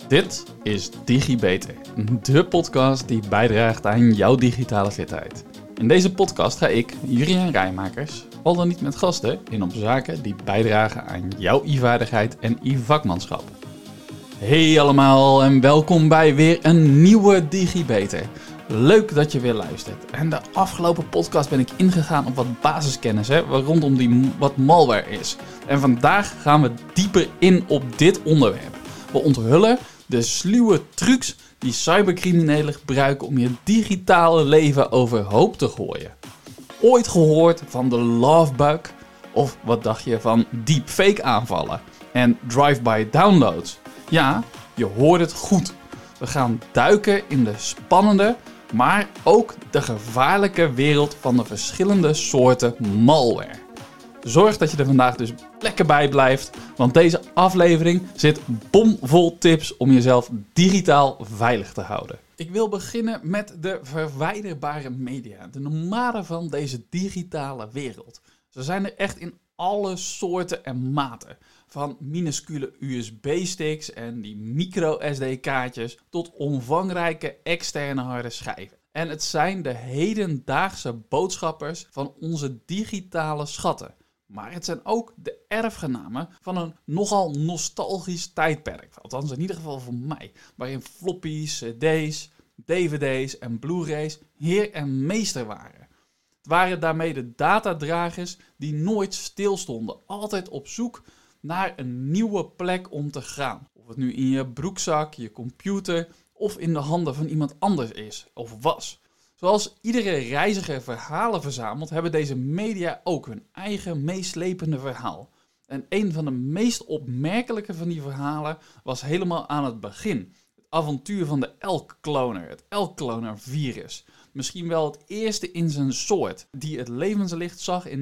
Dit is DigiBeter, de podcast die bijdraagt aan jouw digitale fitheid. In deze podcast ga ik, Juriaan Rijmakers, al dan niet met gasten, in op zaken die bijdragen aan jouw e-vaardigheid en e-vakmanschap. Hey allemaal en welkom bij weer een nieuwe DigiBeter. Leuk dat je weer luistert. En de afgelopen podcast ben ik ingegaan op wat basiskennis, rondom wat malware is. En vandaag gaan we dieper in op dit onderwerp. We onthullen de sluwe trucs die cybercriminelen gebruiken om je digitale leven overhoop te gooien. Ooit gehoord van de lovebug? Of wat dacht je van deepfake aanvallen en drive-by downloads? Ja, je hoort het goed. We gaan duiken in de spannende, maar ook de gevaarlijke wereld van de verschillende soorten malware. Zorg dat je er vandaag dus lekker bij blijft, want deze aflevering zit bomvol tips om jezelf digitaal veilig te houden. Ik wil beginnen met de verwijderbare media, de nomaden van deze digitale wereld. Ze zijn er echt in alle soorten en maten. Van minuscule USB-sticks en die micro-SD-kaartjes tot omvangrijke externe harde schijven. En het zijn de hedendaagse boodschappers van onze digitale schatten. Maar het zijn ook de erfgenamen van een nogal nostalgisch tijdperk. Althans in ieder geval voor mij. Waarin floppies, cd's, dvd's en blu-rays heer en meester waren. Het waren daarmee de datadragers die nooit stilstonden. Altijd op zoek naar een nieuwe plek om te gaan. Of het nu in je broekzak, je computer of in de handen van iemand anders is of was. Zoals iedere reiziger verhalen verzamelt, hebben deze media ook hun eigen meeslepende verhaal. En een van de meest opmerkelijke van die verhalen was helemaal aan het begin. Het avontuur van de Elk-kloner, het Elk-kloner-virus. Misschien wel het eerste in zijn soort, die het levenslicht zag in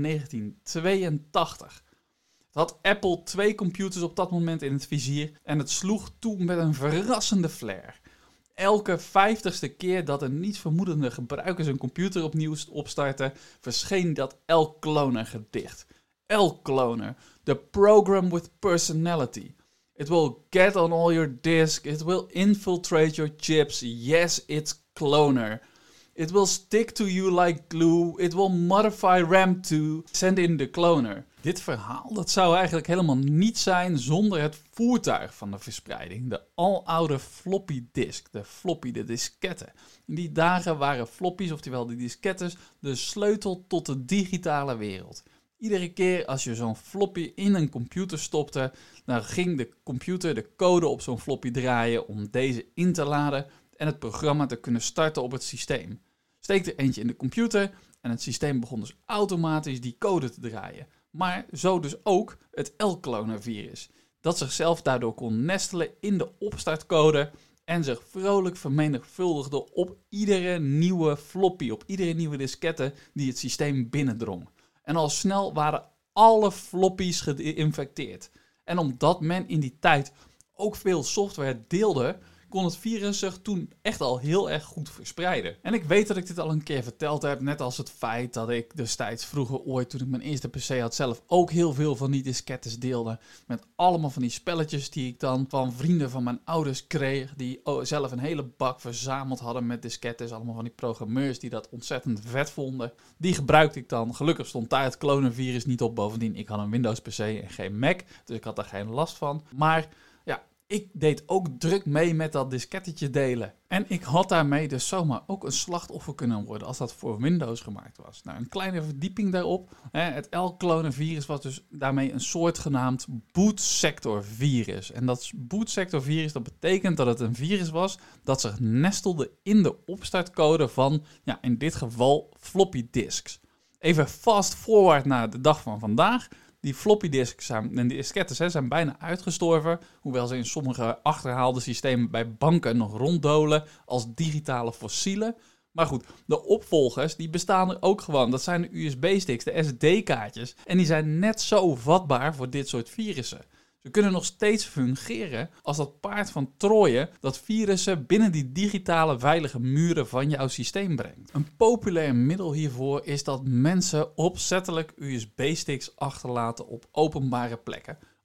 1982. Het had Apple 2 computers op dat moment in het vizier en het sloeg toe met een verrassende flair. Elke 50ste keer dat een niet vermoedende gebruiker zijn computer opnieuw opstartte, verscheen dat Elk-kloner gedicht. Elk-kloner, the program with personality. It will get on all your disk, it will infiltrate your chips, yes, it's cloner. It will stick to you like glue, it will modify RAM to send in the cloner. Dit verhaal dat zou eigenlijk helemaal niet zijn zonder het voertuig van de verspreiding. De aloude floppy disk, de disketten. In die dagen waren floppies, oftewel die diskettes, de sleutel tot de digitale wereld. Iedere keer als je zo'n floppy in een computer stopte, dan ging de computer de code op zo'n floppy draaien om deze in te laden en het programma te kunnen starten op het systeem. Steek er eentje in de computer en het systeem begon dus automatisch die code te draaien. Maar zo dus ook het Elk-kloner-virus, dat zichzelf daardoor kon nestelen in de opstartcode en zich vrolijk vermenigvuldigde op iedere nieuwe floppy, op iedere nieuwe diskette die het systeem binnendrong. En al snel waren alle floppies geïnfecteerd. En omdat men in die tijd ook veel software deelde, kon het virus zich toen echt al heel erg goed verspreiden. En ik weet dat ik dit al een keer verteld heb, net als het feit dat ik destijds vroeger ooit, toen ik mijn eerste PC had, zelf ook heel veel van die diskettes deelde. Met allemaal van die spelletjes die ik dan van vrienden van mijn ouders kreeg, die zelf een hele bak verzameld hadden met diskettes. Allemaal van die programmeurs die dat ontzettend vet vonden. Die gebruikte ik dan. Gelukkig stond daar het clonenvirus niet op. Bovendien, ik had een Windows PC en geen Mac, dus ik had daar geen last van. Maar ja, ik deed ook druk mee met dat diskettetje delen. En ik had daarmee dus zomaar ook een slachtoffer kunnen worden als dat voor Windows gemaakt was. Nou, een kleine verdieping daarop. Het Elk-kloner-virus was dus daarmee een soort genaamd bootsector-virus. En dat bootsector-virus, dat betekent dat het een virus was dat zich nestelde in de opstartcode van, ja, in dit geval floppy disks. Even fast forward naar de dag van vandaag. Die floppy disks en die diskettes zijn bijna uitgestorven, hoewel ze in sommige achterhaalde systemen bij banken nog ronddolen als digitale fossielen. Maar goed, de opvolgers die bestaan er ook gewoon. Dat zijn de USB-sticks, de SD-kaartjes. En die zijn net zo vatbaar voor dit soort virussen. Ze kunnen nog steeds fungeren als dat paard van Troje dat virussen binnen die digitale veilige muren van jouw systeem brengt. Een populair middel hiervoor is dat mensen opzettelijk USB-sticks achterlaten op openbare plekken.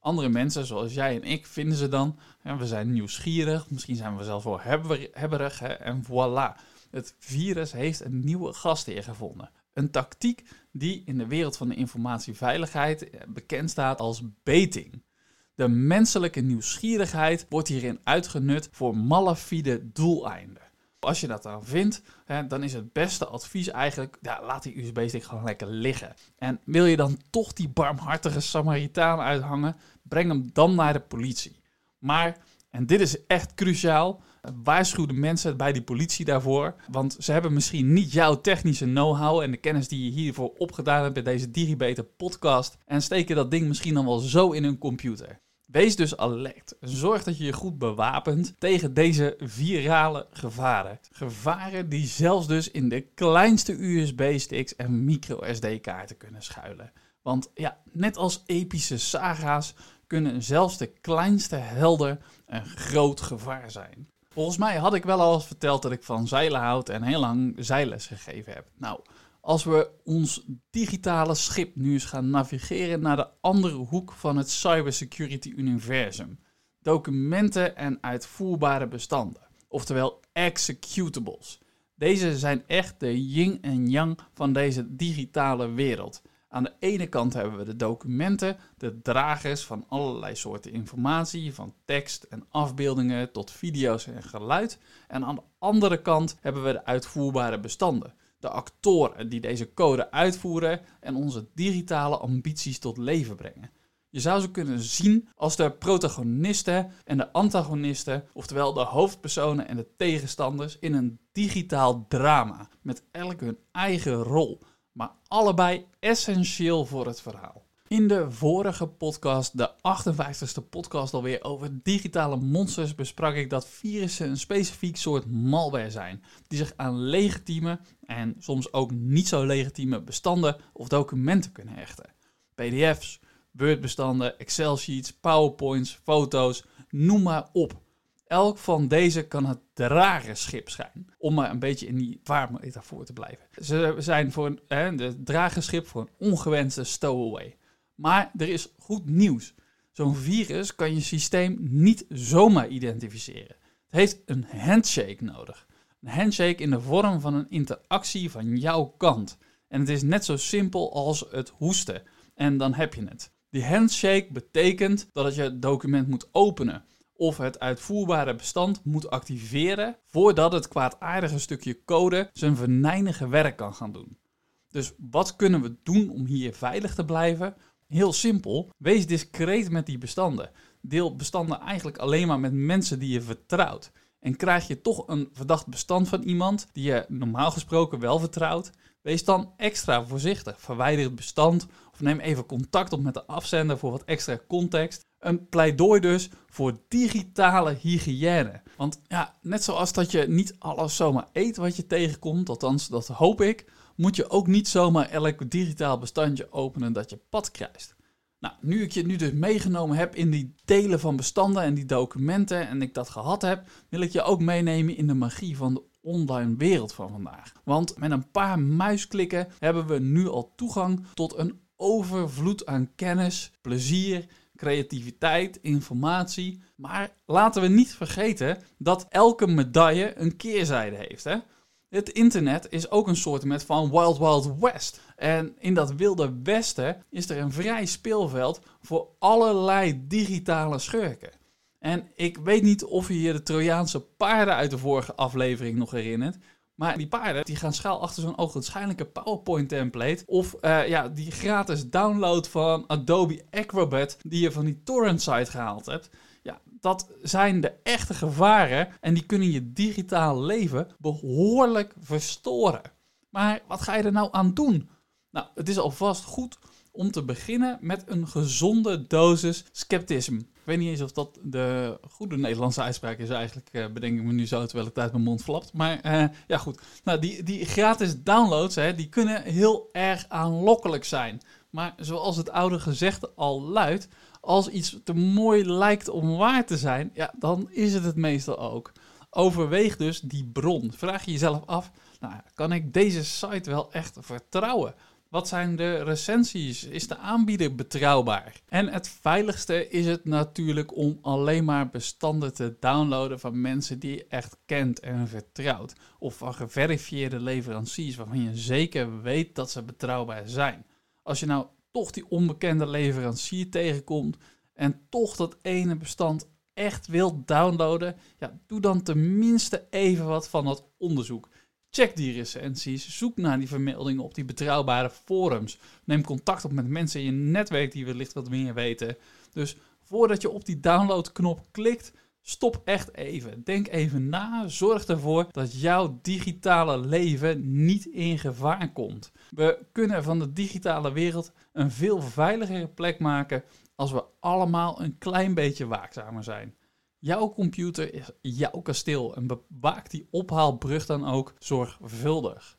Andere mensen, zoals jij en ik, vinden ze dan. We zijn nieuwsgierig, misschien zijn we zelfs wel hebberig. En voilà, het virus heeft een nieuwe gastheer gevonden. Een tactiek die in de wereld van de informatieveiligheid bekend staat als baiting. De menselijke nieuwsgierigheid wordt hierin uitgenut voor malafide doeleinden. Als je dat dan vindt, dan is het beste advies eigenlijk, laat die USB-stick gewoon lekker liggen. En wil je dan toch die barmhartige Samaritaan uithangen, breng hem dan naar de politie. Maar, en dit is echt cruciaal, waarschuw de mensen bij die politie daarvoor. Want ze hebben misschien niet jouw technische know-how en de kennis die je hiervoor opgedaan hebt bij deze DigiBeter podcast. En steken dat ding misschien dan wel zo in hun computer. Wees dus alert. Zorg dat je je goed bewapent tegen deze virale gevaren. Gevaren die zelfs dus in de kleinste USB-sticks en micro-SD-kaarten kunnen schuilen. Want net als epische saga's kunnen zelfs de kleinste helden een groot gevaar zijn. Volgens mij had ik wel al eens verteld dat ik van zeilen houd en heel lang zeilles gegeven heb. Nou, als we ons digitale schip nu eens gaan navigeren naar de andere hoek van het cybersecurity-universum. Documenten en uitvoerbare bestanden, oftewel executables. Deze zijn echt de yin en yang van deze digitale wereld. Aan de ene kant hebben we de documenten, de dragers van allerlei soorten informatie, van tekst en afbeeldingen tot video's en geluid. En aan de andere kant hebben we de uitvoerbare bestanden. De actoren die deze code uitvoeren en onze digitale ambities tot leven brengen. Je zou ze kunnen zien als de protagonisten en de antagonisten, oftewel de hoofdpersonen en de tegenstanders in een digitaal drama, met elk hun eigen rol, maar allebei essentieel voor het verhaal. In de vorige podcast, de 58ste podcast alweer over digitale monsters, besprak ik dat virussen een specifiek soort malware zijn, die zich aan legitieme en soms ook niet zo legitieme bestanden of documenten kunnen hechten. PDF's, Word-bestanden, Excel-sheets, PowerPoints, foto's, noem maar op. Elk van deze kan het dragerschip zijn, om maar een beetje in die vaarmetafoor te blijven. Ze zijn voor de dragerschip voor een ongewenste stowaway. Maar er is goed nieuws. Zo'n virus kan je systeem niet zomaar identificeren. Het heeft een handshake nodig. Een handshake in de vorm van een interactie van jouw kant. En het is net zo simpel als het hoesten. En dan heb je het. Die handshake betekent dat je het document moet openen of het uitvoerbare bestand moet activeren voordat het kwaadaardige stukje code zijn venijnige werk kan gaan doen. Dus wat kunnen we doen om hier veilig te blijven? Heel simpel, wees discreet met die bestanden. Deel bestanden eigenlijk alleen maar met mensen die je vertrouwt. En krijg je toch een verdacht bestand van iemand die je normaal gesproken wel vertrouwt, wees dan extra voorzichtig. Verwijder het bestand of neem even contact op met de afzender voor wat extra context. Een pleidooi dus voor digitale hygiëne. Want net zoals dat je niet alles zomaar eet wat je tegenkomt, althans dat hoop ik, moet je ook niet zomaar elk digitaal bestandje openen dat je pad kruist. Nou, nu ik je nu dus meegenomen heb in die delen van bestanden en die documenten en ik dat gehad heb, wil ik je ook meenemen in de magie van de online wereld van vandaag. Want met een paar muisklikken hebben we nu al toegang tot een overvloed aan kennis, plezier, creativiteit, informatie. Maar laten we niet vergeten dat elke medaille een keerzijde heeft, hè? Het internet is ook een soort van Wild Wild West. En in dat wilde westen is er een vrij speelveld voor allerlei digitale schurken. En ik weet niet of je je de Trojaanse paarden uit de vorige aflevering nog herinnert. Maar die paarden die gaan schuil achter zo'n ogenschijnlijke PowerPoint template. Of die gratis download van Adobe Acrobat die je van die torrent site gehaald hebt. Ja, dat zijn de echte gevaren en die kunnen je digitaal leven behoorlijk verstoren. Maar wat ga je er nou aan doen? Nou, het is alvast goed om te beginnen met een gezonde dosis scepticisme. Ik weet niet eens of dat de goede Nederlandse uitspraak is eigenlijk, bedenk ik me nu zo terwijl het uit mijn mond flapt. Maar goed, nou, die gratis downloads, die kunnen heel erg aanlokkelijk zijn. Maar zoals het oude gezegde al luidt, als iets te mooi lijkt om waar te zijn, dan is het meestal ook. Overweeg dus die bron. Vraag je jezelf af, kan ik deze site wel echt vertrouwen? Wat zijn de recensies? Is de aanbieder betrouwbaar? En het veiligste is het natuurlijk om alleen maar bestanden te downloaden van mensen die je echt kent en vertrouwt. Of van geverifieerde leveranciers waarvan je zeker weet dat ze betrouwbaar zijn. Als je nou toch die onbekende leverancier tegenkomt en toch dat ene bestand echt wilt downloaden, doe dan tenminste even wat van dat onderzoek. Check die recensies, zoek naar die vermeldingen op die betrouwbare forums. Neem contact op met mensen in je netwerk die wellicht wat meer weten. Dus voordat je op die downloadknop klikt, stop echt even. Denk even na, zorg ervoor dat jouw digitale leven niet in gevaar komt. We kunnen van de digitale wereld een veel veiligere plek maken als we allemaal een klein beetje waakzamer zijn. Jouw computer is jouw kasteel en bewaak die ophaalbrug dan ook zorgvuldig.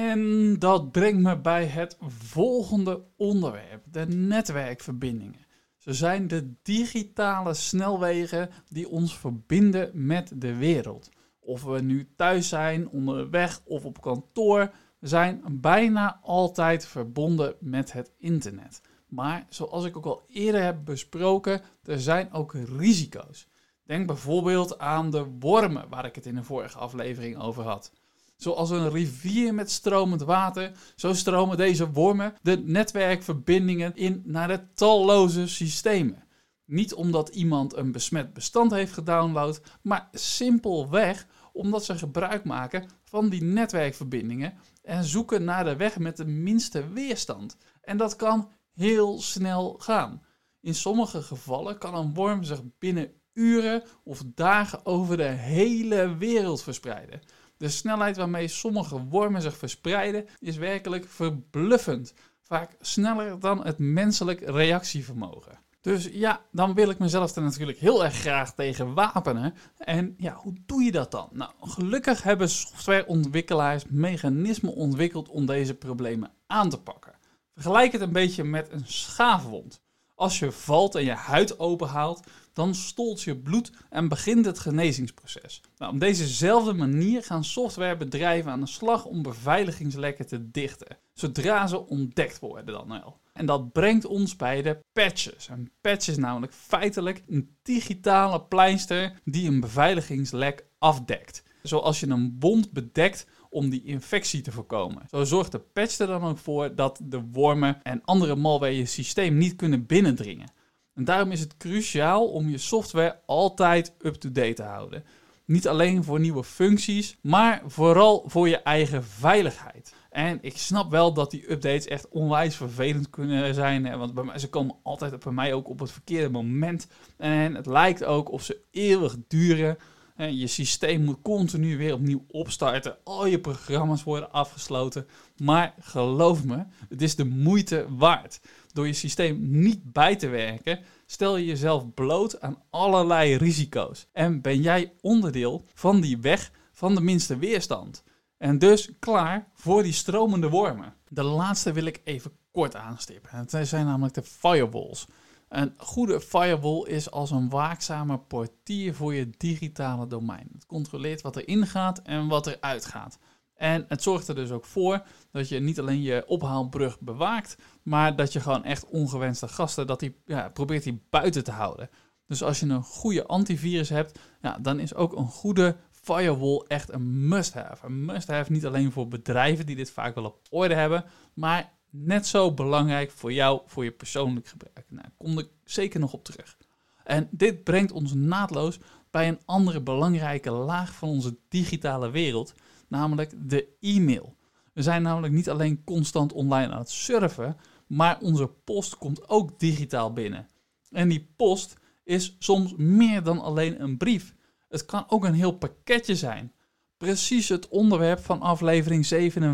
En dat brengt me bij het volgende onderwerp, de netwerkverbindingen. Ze zijn de digitale snelwegen die ons verbinden met de wereld. Of we nu thuis zijn, onderweg of op kantoor, we zijn bijna altijd verbonden met het internet. Maar zoals ik ook al eerder heb besproken, er zijn ook risico's. Denk bijvoorbeeld aan de wormen, waar ik het in de vorige aflevering over had. Zoals een rivier met stromend water, zo stromen deze wormen de netwerkverbindingen in naar de talloze systemen. Niet omdat iemand een besmet bestand heeft gedownload, maar simpelweg omdat ze gebruik maken van die netwerkverbindingen en zoeken naar de weg met de minste weerstand. En dat kan heel snel gaan. In sommige gevallen kan een worm zich binnen uren of dagen over de hele wereld verspreiden. De snelheid waarmee sommige wormen zich verspreiden is werkelijk verbluffend. Vaak sneller dan het menselijk reactievermogen. Dus dan wil ik mezelf er natuurlijk heel erg graag tegen wapenen. En hoe doe je dat dan? Nou, gelukkig hebben softwareontwikkelaars mechanismen ontwikkeld om deze problemen aan te pakken. Vergelijk het een beetje met een schaafwond. Als je valt en je huid openhaalt, dan stolt je bloed en begint het genezingsproces. Nou, op dezezelfde manier gaan softwarebedrijven aan de slag om beveiligingslekken te dichten. Zodra ze ontdekt worden dan wel. En dat brengt ons bij de patches. Een patch is namelijk feitelijk een digitale pleister die een beveiligingslek afdekt. Zoals je een wond bedekt om die infectie te voorkomen. Zo zorgt de patch er dan ook voor dat de wormen en andere malware je systeem niet kunnen binnendringen. En daarom is het cruciaal om je software altijd up-to-date te houden. Niet alleen voor nieuwe functies, maar vooral voor je eigen veiligheid. En ik snap wel dat die updates echt onwijs vervelend kunnen zijn. Want ze komen altijd bij mij ook op het verkeerde moment. En het lijkt ook of ze eeuwig duren. Je systeem moet continu weer opnieuw opstarten. Al je programma's worden afgesloten. Maar geloof me, het is de moeite waard. Door je systeem niet bij te werken, stel je jezelf bloot aan allerlei risico's. En ben jij onderdeel van die weg van de minste weerstand. En dus klaar voor die stromende wormen. De laatste wil ik even kort aanstippen. Het zijn namelijk de firewalls. Een goede firewall is als een waakzame portier voor je digitale domein. Het controleert wat er ingaat en wat er uitgaat. En het zorgt er dus ook voor dat je niet alleen je ophaalbrug bewaakt, maar dat je gewoon echt ongewenste gasten, probeert die buiten te houden. Dus als je een goede antivirus hebt, dan is ook een goede firewall echt een must-have. Een must-have niet alleen voor bedrijven die dit vaak wel op orde hebben, maar net zo belangrijk voor jou, voor je persoonlijk gebruik. Nou, daar kom ik zeker nog op terug. En dit brengt ons naadloos bij een andere belangrijke laag van onze digitale wereld, namelijk de e-mail. We zijn namelijk niet alleen constant online aan het surfen, maar onze post komt ook digitaal binnen. En die post is soms meer dan alleen een brief. Het kan ook een heel pakketje zijn. Precies het onderwerp van aflevering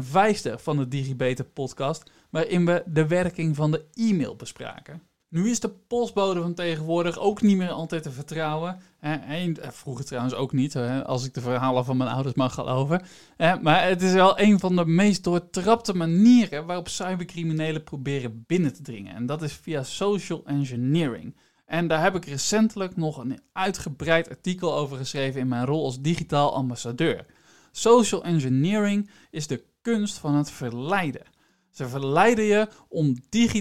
57 van de DigiBeter podcast, waarin we de werking van de e-mail bespraken. Nu is de postbode van tegenwoordig ook niet meer altijd te vertrouwen. Vroeger trouwens ook niet, als ik de verhalen van mijn ouders mag geloven. Maar het is wel een van de meest doortrapte manieren waarop cybercriminelen proberen binnen te dringen. En dat is via social engineering. En daar heb ik recentelijk nog een uitgebreid artikel over geschreven in mijn rol als digitaal ambassadeur. Social engineering is de kunst van het verleiden. Ze verleiden je om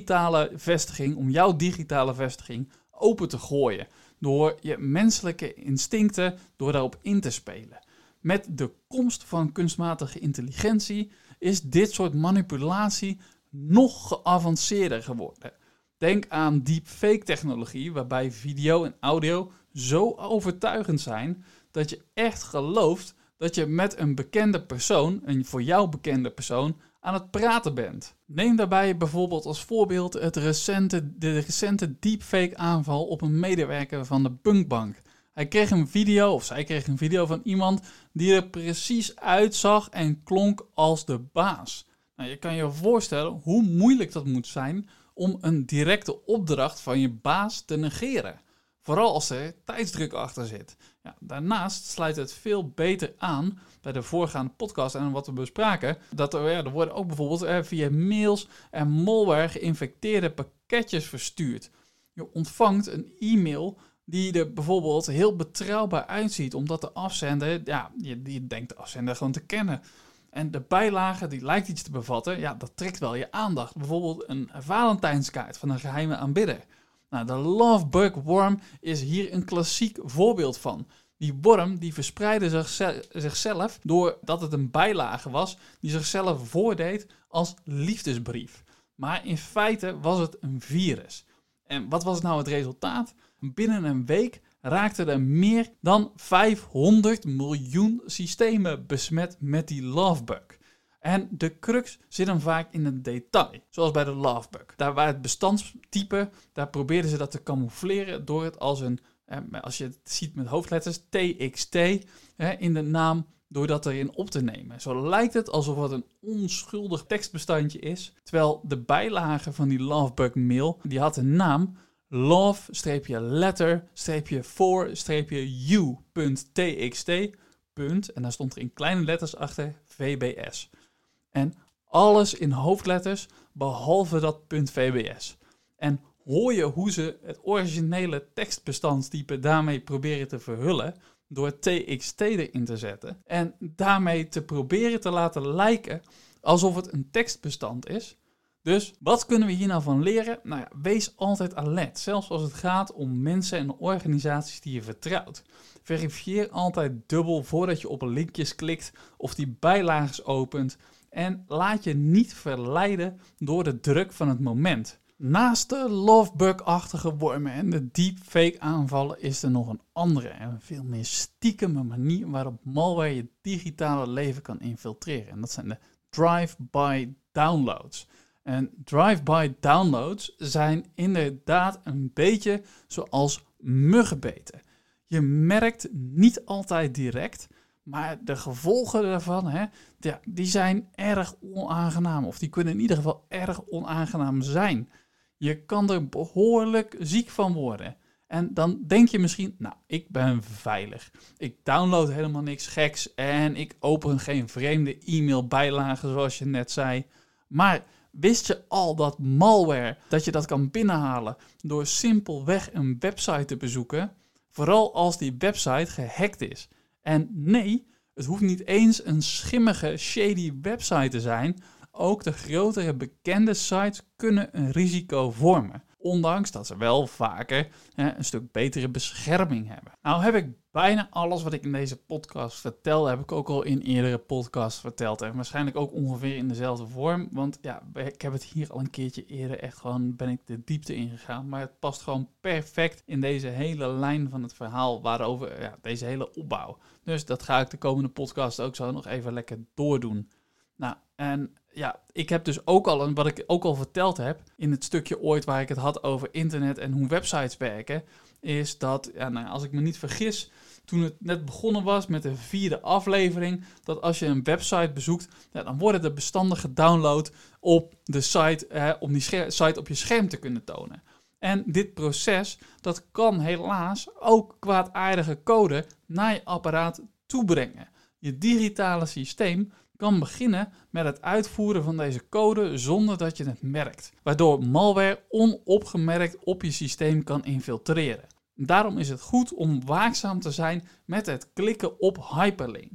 jouw digitale vestiging open te gooien. Door je menselijke instincten, door daarop in te spelen. Met de komst van kunstmatige intelligentie is dit soort manipulatie nog geavanceerder geworden. Denk aan deepfake technologie, waarbij video en audio zo overtuigend zijn dat je echt gelooft dat je met een bekende persoon, een voor jou bekende persoon, aan het praten bent. Neem daarbij bijvoorbeeld als voorbeeld de recente deepfake aanval op een medewerker van de Punkbank. Zij kreeg een video van iemand die er precies uitzag en klonk als de baas. Nou, je kan je voorstellen hoe moeilijk dat moet zijn om een directe opdracht van je baas te negeren. Vooral als er tijdsdruk achter zit. Ja, daarnaast sluit het veel beter aan bij de voorgaande podcast en wat we bespraken. Dat er worden ook bijvoorbeeld via mails en malware geïnfecteerde pakketjes verstuurd. Je ontvangt een e-mail die er bijvoorbeeld heel betrouwbaar uitziet, omdat de afzender, je denkt de afzender gewoon te kennen. En de bijlage die lijkt iets te bevatten, dat trekt wel je aandacht. Bijvoorbeeld een Valentijnskaart van een geheime aanbidder. Nou, de Lovebug worm is hier een klassiek voorbeeld van. Die worm die verspreidde zichzelf doordat het een bijlage was die zichzelf voordeed als liefdesbrief. Maar in feite was het een virus. En wat was nou het resultaat? Binnen een week raakten er meer dan 500 miljoen systemen besmet met die Lovebug. En de crux zit hem vaak in het detail, zoals bij de Lovebug. Daar waar het bestandstype, daar probeerden ze dat te camoufleren door het als je het ziet met hoofdletters, TXT in de naam, door dat erin op te nemen. Zo lijkt het alsof het een onschuldig tekstbestandje is, terwijl de bijlage van die Lovebug mail, die had een naam love-letter-for-u.txt. En daar stond er in kleine letters achter VBS. En alles in hoofdletters behalve dat .vbs. En hoor je hoe ze het originele tekstbestandstype daarmee proberen te verhullen door TXT erin te zetten en daarmee te proberen te laten lijken alsof het een tekstbestand is. Dus wat kunnen we hier nou van leren? Nou ja, wees altijd alert, zelfs als het gaat om mensen en organisaties die je vertrouwt. Verifieer altijd dubbel voordat je op linkjes klikt of die bijlages opent en laat je niet verleiden door de druk van het moment. Naast de Lovebug-achtige wormen en de deepfake aanvallen is er nog een andere en veel meer stiekeme manier waarop malware je digitale leven kan infiltreren. En dat zijn de drive-by downloads. En drive-by downloads zijn inderdaad een beetje zoals muggenbeten. Je merkt niet altijd direct, maar de gevolgen daarvan, die zijn erg onaangenaam. Of die kunnen in ieder geval erg onaangenaam zijn. Je kan er behoorlijk ziek van worden. En dan denk je misschien, ik ben veilig. Ik download helemaal niks geks en ik open geen vreemde e-mailbijlagen zoals je net zei. Maar wist je al dat malware, dat je dat kan binnenhalen door simpelweg een website te bezoeken? Vooral als die website gehackt is. En nee, het hoeft niet eens een schimmige, shady website te zijn. Ook de grotere bekende sites kunnen een risico vormen. Ondanks dat ze wel vaker een stuk betere bescherming hebben. Nou heb ik bijna alles wat ik in deze podcast vertel, heb ik ook al in eerdere podcasts verteld. En waarschijnlijk ook ongeveer in dezelfde vorm. Want ik heb het hier al een keertje eerder ben ik de diepte ingegaan. Maar het past gewoon perfect in deze hele lijn van het verhaal waarover, deze hele opbouw. Dus dat ga ik de komende podcast ook zo nog even lekker doordoen. Nou, en ik heb dus ook al, en wat ik ook al verteld heb in het stukje ooit waar ik het had over internet en hoe websites werken, is dat, als ik me niet vergis, toen het net begonnen was met de 4e aflevering, dat als je een website bezoekt, dan worden de bestanden gedownload op de site, om die site op je scherm te kunnen tonen. En dit proces, dat kan helaas ook kwaadaardige code naar je apparaat toebrengen. Je digitale systeem kan beginnen met het uitvoeren van deze code zonder dat je het merkt, waardoor malware onopgemerkt op je systeem kan infiltreren. Daarom is het goed om waakzaam te zijn met het klikken op hyperlinks.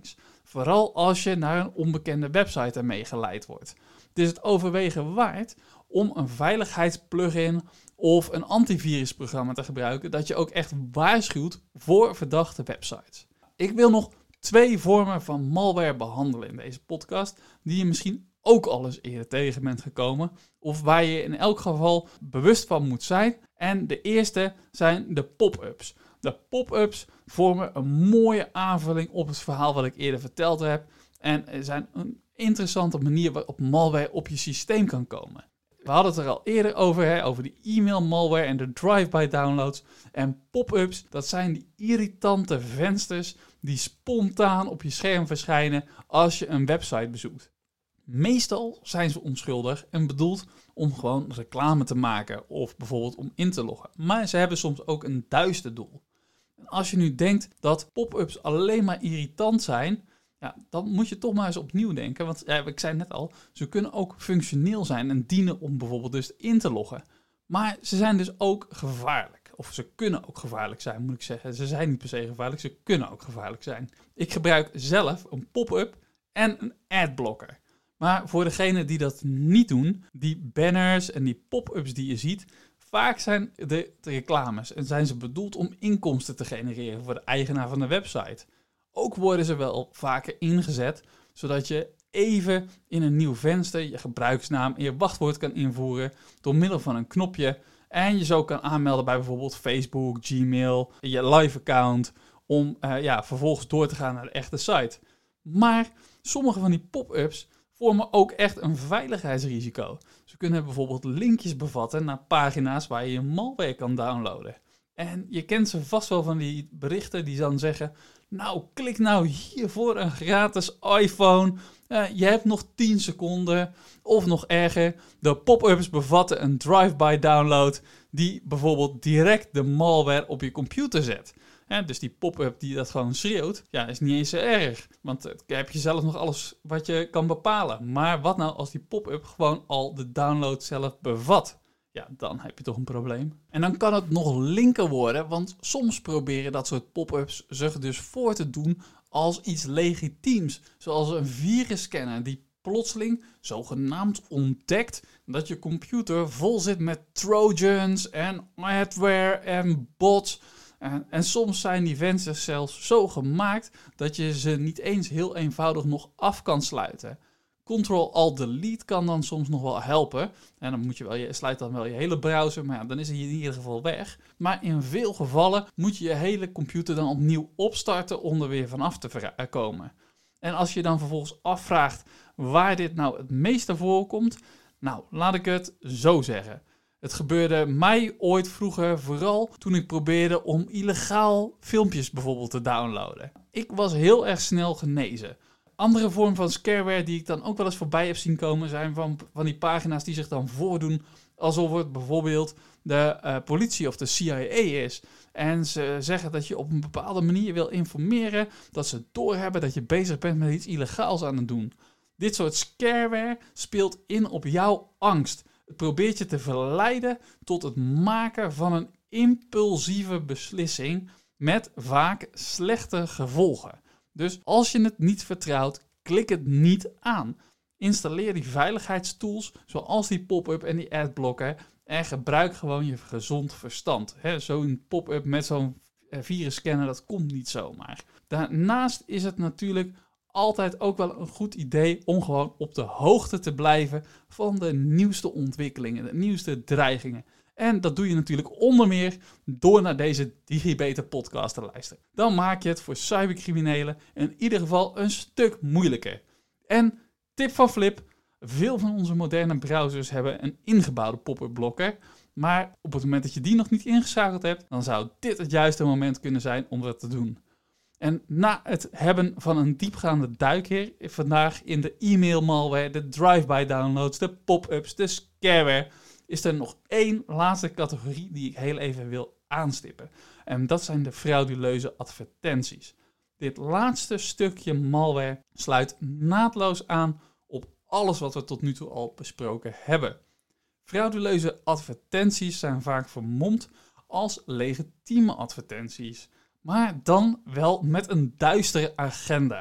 Vooral als je naar een onbekende website ermee geleid wordt. Het is het overwegen waard om een veiligheidsplugin of een antivirusprogramma te gebruiken dat je ook echt waarschuwt voor verdachte websites. Ik wil nog 2 vormen van malware behandelen in deze podcast die je misschien ook al eens eerder tegen bent gekomen of waar je in elk geval bewust van moet zijn. En de eerste zijn de pop-ups. De pop-ups vormen een mooie aanvulling op het verhaal wat ik eerder verteld heb en zijn een interessante manier waarop malware op je systeem kan komen. We hadden het er al eerder over, over die e-mail malware en de drive-by downloads. En pop-ups, dat zijn die irritante vensters die spontaan op je scherm verschijnen als je een website bezoekt. Meestal zijn ze onschuldig en bedoeld om gewoon reclame te maken of bijvoorbeeld om in te loggen. Maar ze hebben soms ook een duister doel. En als je nu denkt dat pop-ups alleen maar irritant zijn, ja, dan moet je toch maar eens opnieuw denken. Want ik zei net al, ze kunnen ook functioneel zijn en dienen om bijvoorbeeld dus in te loggen. Maar ze zijn dus ook gevaarlijk. Of ze kunnen ook gevaarlijk zijn, moet ik zeggen. Ze zijn niet per se gevaarlijk, ze kunnen ook gevaarlijk zijn. Ik gebruik zelf een pop-up en een adblocker. Maar voor degenen die dat niet doen, die banners en die pop-ups die je ziet, vaak zijn de reclames en zijn ze bedoeld om inkomsten te genereren voor de eigenaar van de website. Ook worden ze wel vaker ingezet, zodat je even in een nieuw venster je gebruiksnaam en je wachtwoord kan invoeren door middel van een knopje. En je zo kan aanmelden bij bijvoorbeeld Facebook, Gmail, je live account, om vervolgens door te gaan naar de echte site. Maar sommige van die pop-ups vormen ook echt een veiligheidsrisico. Ze kunnen bijvoorbeeld linkjes bevatten naar pagina's waar je malware kan downloaden. En je kent ze vast wel van die berichten die dan zeggen, nou, klik nou hier voor een gratis iPhone. Je hebt nog 10 seconden. Of nog erger, de pop-ups bevatten een drive-by download die bijvoorbeeld direct de malware op je computer zet. Dus die pop-up die dat gewoon schreeuwt, is niet eens zo erg. Want dan heb je zelf nog alles wat je kan bepalen. Maar wat nou als die pop-up gewoon al de download zelf bevat? Ja, dan heb je toch een probleem. En dan kan het nog linker worden, want soms proberen dat soort pop-ups zich dus voor te doen als iets legitiems. Zoals een virusscanner die plotseling zogenaamd ontdekt dat je computer vol zit met trojans en adware en bots. En soms zijn die vensters zelfs zo gemaakt dat je ze niet eens heel eenvoudig nog af kan sluiten. Ctrl-Alt-Delete kan dan soms nog wel helpen. En dan moet je sluit dan wel je hele browser, maar dan is hij in ieder geval weg. Maar in veel gevallen moet je je hele computer dan opnieuw opstarten om er weer vanaf te komen. En als je dan vervolgens afvraagt waar dit nou het meeste voorkomt, nou, laat ik het zo zeggen. Het gebeurde mij ooit vroeger vooral toen ik probeerde om illegaal filmpjes bijvoorbeeld te downloaden. Ik was heel erg snel genezen. Andere vorm van scareware die ik dan ook wel eens voorbij heb zien komen zijn van die pagina's die zich dan voordoen alsof het bijvoorbeeld de politie of de CIA is. En ze zeggen dat je op een bepaalde manier wil informeren, dat ze doorhebben dat je bezig bent met iets illegaals aan het doen. Dit soort scareware speelt in op jouw angst. Het probeert je te verleiden tot het maken van een impulsieve beslissing met vaak slechte gevolgen. Dus als je het niet vertrouwt, klik het niet aan. Installeer die veiligheidstools zoals die pop-up en die adblocker en gebruik gewoon je gezond verstand. Zo'n pop-up met zo'n virusscanner, dat komt niet zomaar. Daarnaast is het natuurlijk altijd ook wel een goed idee om gewoon op de hoogte te blijven van de nieuwste ontwikkelingen, de nieuwste dreigingen. En dat doe je natuurlijk onder meer door naar deze DigiBeter podcast te luisteren. Dan maak je het voor cybercriminelen in ieder geval een stuk moeilijker. En tip van Flip, veel van onze moderne browsers hebben een ingebouwde pop-up blokker. Maar op het moment dat je die nog niet ingeschakeld hebt, dan zou dit het juiste moment kunnen zijn om dat te doen. En na het hebben van een diepgaande duik hier vandaag in de e-mail malware, de drive-by downloads, de pop-ups, de scareware, is er nog één laatste categorie die ik heel even wil aanstippen. En dat zijn de frauduleuze advertenties. Dit laatste stukje malware sluit naadloos aan op alles wat we tot nu toe al besproken hebben. Frauduleuze advertenties zijn vaak vermomd als legitieme advertenties, maar dan wel met een duistere agenda.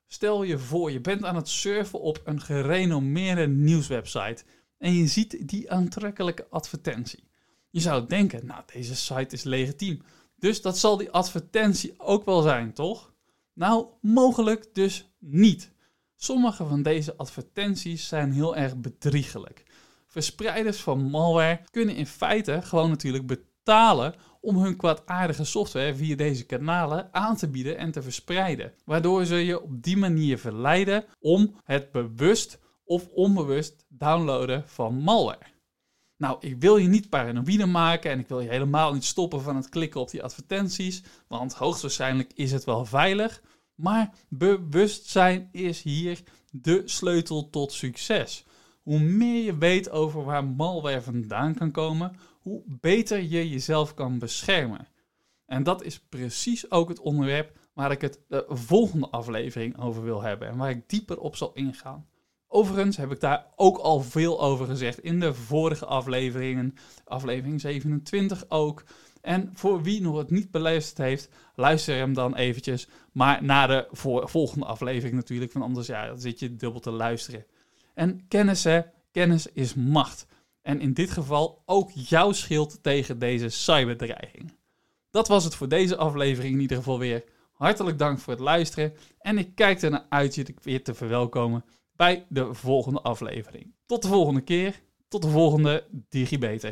Stel je voor, je bent aan het surfen op een gerenommeerde nieuwswebsite en je ziet die aantrekkelijke advertentie. Je zou denken, nou, deze site is legitiem, dus dat zal die advertentie ook wel zijn, toch? Nou, mogelijk dus niet. Sommige van deze advertenties zijn heel erg bedriegelijk. Verspreiders van malware kunnen in feite gewoon natuurlijk betalen om hun kwaadaardige software via deze kanalen aan te bieden en te verspreiden. Waardoor ze je op die manier verleiden om het bewust of onbewust downloaden van malware. Nou, ik wil je niet paranoïde maken en ik wil je helemaal niet stoppen van het klikken op die advertenties, want hoogstwaarschijnlijk is het wel veilig. Maar bewustzijn is hier de sleutel tot succes. Hoe meer je weet over waar malware vandaan kan komen, hoe beter je jezelf kan beschermen. En dat is precies ook het onderwerp waar ik het de volgende aflevering over wil hebben en waar ik dieper op zal ingaan. Overigens heb ik daar ook al veel over gezegd in de vorige afleveringen, aflevering 27 ook. En voor wie nog het niet beluisterd heeft, luister hem dan eventjes. Maar na de volgende aflevering natuurlijk, want anders dan zit je dubbel te luisteren. En kennis is macht. En in dit geval ook jouw schild tegen deze cyberdreiging. Dat was het voor deze aflevering in ieder geval weer. Hartelijk dank voor het luisteren en ik kijk ernaar uit je weer te verwelkomen bij de volgende aflevering. Tot de volgende keer, tot de volgende DigiBeter.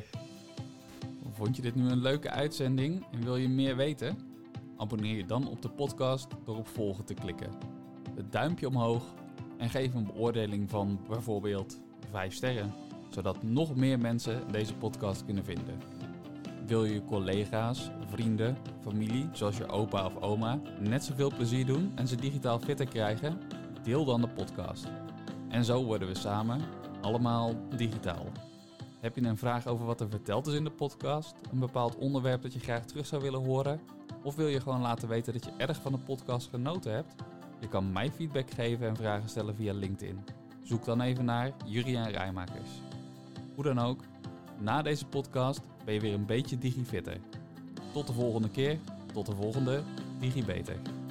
Vond je dit nu een leuke uitzending en wil je meer weten? Abonneer je dan op de podcast door op volgen te klikken. Het duimpje omhoog en geef een beoordeling van bijvoorbeeld 5 sterren, zodat nog meer mensen deze podcast kunnen vinden. Wil je collega's, vrienden, familie, zoals je opa of oma, net zoveel plezier doen en ze digitaal fitter krijgen? Deel dan de podcast. En zo worden we samen allemaal digitaal. Heb je een vraag over wat er verteld is in de podcast? Een bepaald onderwerp dat je graag terug zou willen horen? Of wil je gewoon laten weten dat je erg van de podcast genoten hebt? Je kan mij feedback geven en vragen stellen via LinkedIn. Zoek dan even naar Juriaan Rijmakers. Hoe dan ook, na deze podcast ben je weer een beetje digifitter. Tot de volgende keer, tot de volgende DigiBeter.